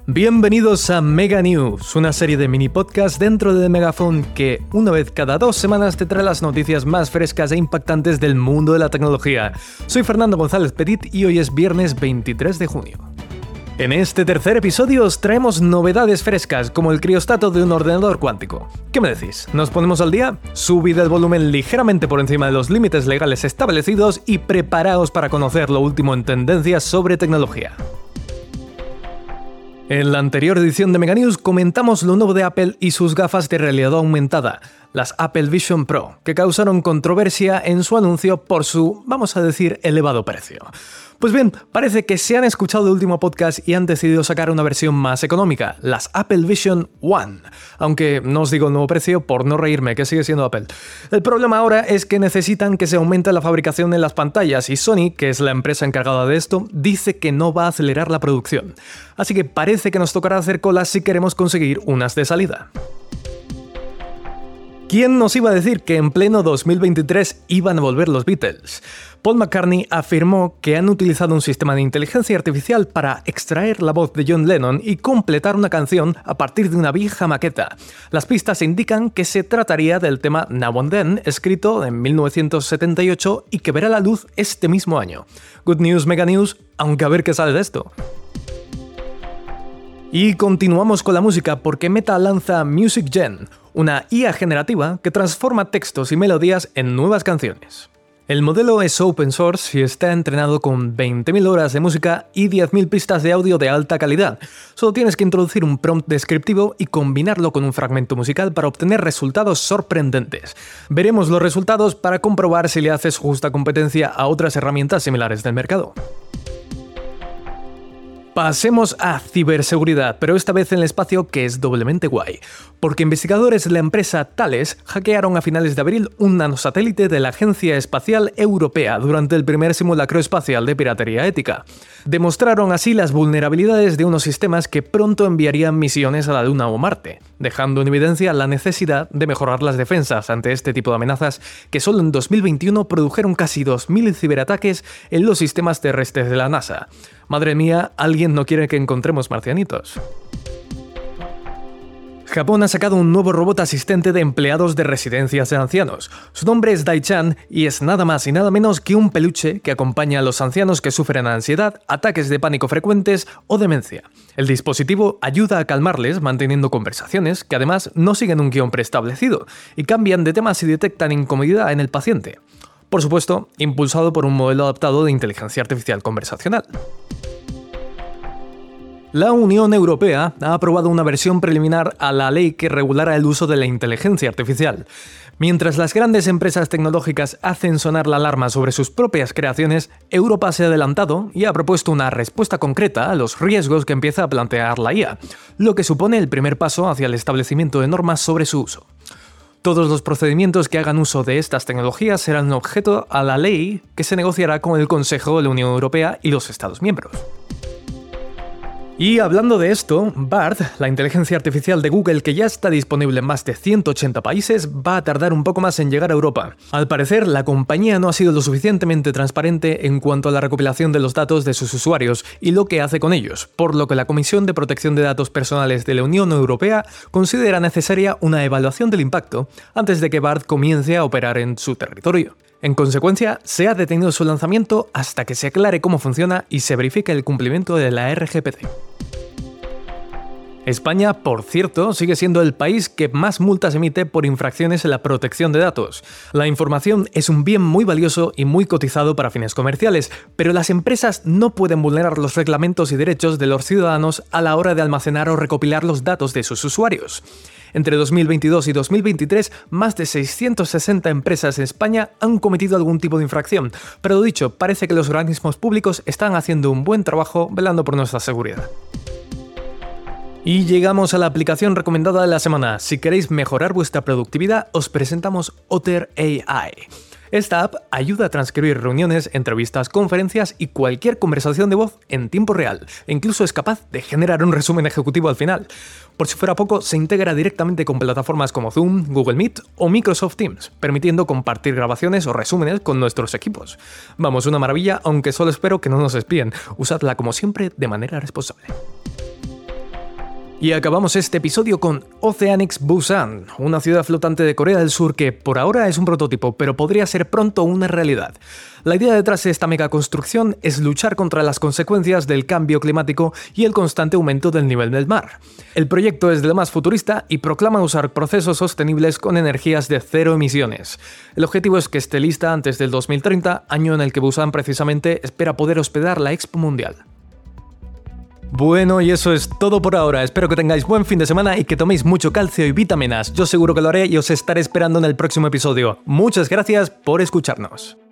Bienvenidos a Mega News, una serie de mini podcasts dentro de Megaphone que una vez cada 2 semanas te trae las noticias más frescas e impactantes del mundo de la tecnología. Soy Fernando González Petit y hoy es viernes 23 de junio. En este tercer episodio os traemos novedades frescas como el criostato de un ordenador cuántico. ¿Qué me decís? ¿Nos ponemos al día? Subid el volumen ligeramente por encima de los límites legales establecidos y preparaos para conocer lo último en tendencias sobre tecnología. En la anterior edición de Mega News comentamos lo nuevo de Apple y sus gafas de realidad aumentada, las Apple Vision Pro, que causaron controversia en su anuncio por su, vamos a decir, elevado precio. Pues bien, parece que se han escuchado el último podcast y han decidido sacar una versión más económica, las Apple Vision One, aunque no os digo el nuevo precio por no reírme, que sigue siendo Apple. El problema ahora es que necesitan que se aumente la fabricación en las pantallas y Sony, que es la empresa encargada de esto, dice que no va a acelerar la producción. Así que parece que nos tocará hacer colas si queremos conseguir unas de salida. ¿Quién nos iba a decir que en pleno 2023 iban a volver los Beatles? Paul McCartney afirmó que han utilizado un sistema de inteligencia artificial para extraer la voz de John Lennon y completar una canción a partir de una vieja maqueta. Las pistas indican que se trataría del tema Now and Then, escrito en 1978 y que verá la luz este mismo año. Good news, Mega News, aunque a ver qué sale de esto. Y continuamos con la música porque Meta lanza Music Gen, una IA generativa que transforma textos y melodías en nuevas canciones. El modelo es open source y está entrenado con 20.000 horas de música y 10.000 pistas de audio de alta calidad. Solo tienes que introducir un prompt descriptivo y combinarlo con un fragmento musical para obtener resultados sorprendentes. Veremos los resultados para comprobar si le haces justa competencia a otras herramientas similares del mercado. Pasemos a ciberseguridad, pero esta vez en el espacio, que es doblemente guay, porque investigadores de la empresa Thales hackearon a finales de abril un nanosatélite de la Agencia Espacial Europea durante el primer simulacro espacial de piratería ética. Demostraron así las vulnerabilidades de unos sistemas que pronto enviarían misiones a la Luna o Marte, dejando en evidencia la necesidad de mejorar las defensas ante este tipo de amenazas que solo en 2021 produjeron casi 2.000 ciberataques en los sistemas terrestres de la NASA. Madre mía, alguien no quiere que encontremos marcianitos. Japón ha sacado un nuevo robot asistente de empleados de residencias de ancianos. Su nombre es Dai-chan y es nada más y nada menos que un peluche que acompaña a los ancianos que sufren ansiedad, ataques de pánico frecuentes o demencia. El dispositivo ayuda a calmarles manteniendo conversaciones que además no siguen un guión preestablecido y cambian de tema si detectan incomodidad en el paciente. Por supuesto, impulsado por un modelo adaptado de inteligencia artificial conversacional. La Unión Europea ha aprobado una versión preliminar a la ley que regulará el uso de la inteligencia artificial. Mientras las grandes empresas tecnológicas hacen sonar la alarma sobre sus propias creaciones, Europa se ha adelantado y ha propuesto una respuesta concreta a los riesgos que empieza a plantear la IA, lo que supone el primer paso hacia el establecimiento de normas sobre su uso. Todos los procedimientos que hagan uso de estas tecnologías serán objeto a la ley que se negociará con el Consejo de la Unión Europea y los Estados miembros. Y hablando de esto, Bard, la inteligencia artificial de Google que ya está disponible en más de 180 países, va a tardar un poco más en llegar a Europa. Al parecer, la compañía no ha sido lo suficientemente transparente en cuanto a la recopilación de los datos de sus usuarios y lo que hace con ellos, por lo que la Comisión de Protección de Datos Personales de la Unión Europea considera necesaria una evaluación del impacto antes de que Bard comience a operar en su territorio. En consecuencia, se ha detenido su lanzamiento hasta que se aclare cómo funciona y se verifique el cumplimiento de la RGPD. España, por cierto, sigue siendo el país que más multas emite por infracciones en la protección de datos. La información es un bien muy valioso y muy cotizado para fines comerciales, pero las empresas no pueden vulnerar los reglamentos y derechos de los ciudadanos a la hora de almacenar o recopilar los datos de sus usuarios. Entre 2022 y 2023, más de 660 empresas en España han cometido algún tipo de infracción, pero lo dicho, parece que los organismos públicos están haciendo un buen trabajo velando por nuestra seguridad. Y llegamos a la aplicación recomendada de la semana. Si queréis mejorar vuestra productividad, os presentamos Otter AI. Esta app ayuda a transcribir reuniones, entrevistas, conferencias y cualquier conversación de voz en tiempo real, e incluso es capaz de generar un resumen ejecutivo al final. Por si fuera poco, se integra directamente con plataformas como Zoom, Google Meet o Microsoft Teams, permitiendo compartir grabaciones o resúmenes con nuestros equipos. Vamos, una maravilla, aunque solo espero que no nos espíen. Usadla como siempre de manera responsable. Y acabamos este episodio con Oceanics Busan, una ciudad flotante de Corea del Sur que por ahora es un prototipo, pero podría ser pronto una realidad. La idea detrás de esta megaconstrucción es luchar contra las consecuencias del cambio climático y el constante aumento del nivel del mar. El proyecto es de lo más futurista y proclama usar procesos sostenibles con energías de cero emisiones. El objetivo es que esté lista antes del 2030, año en el que Busan precisamente espera poder hospedar la Expo Mundial. Bueno, y eso es todo por ahora. Espero que tengáis buen fin de semana y que toméis mucho calcio y vitaminas. Yo seguro que lo haré y os estaré esperando en el próximo episodio. Muchas gracias por escucharnos.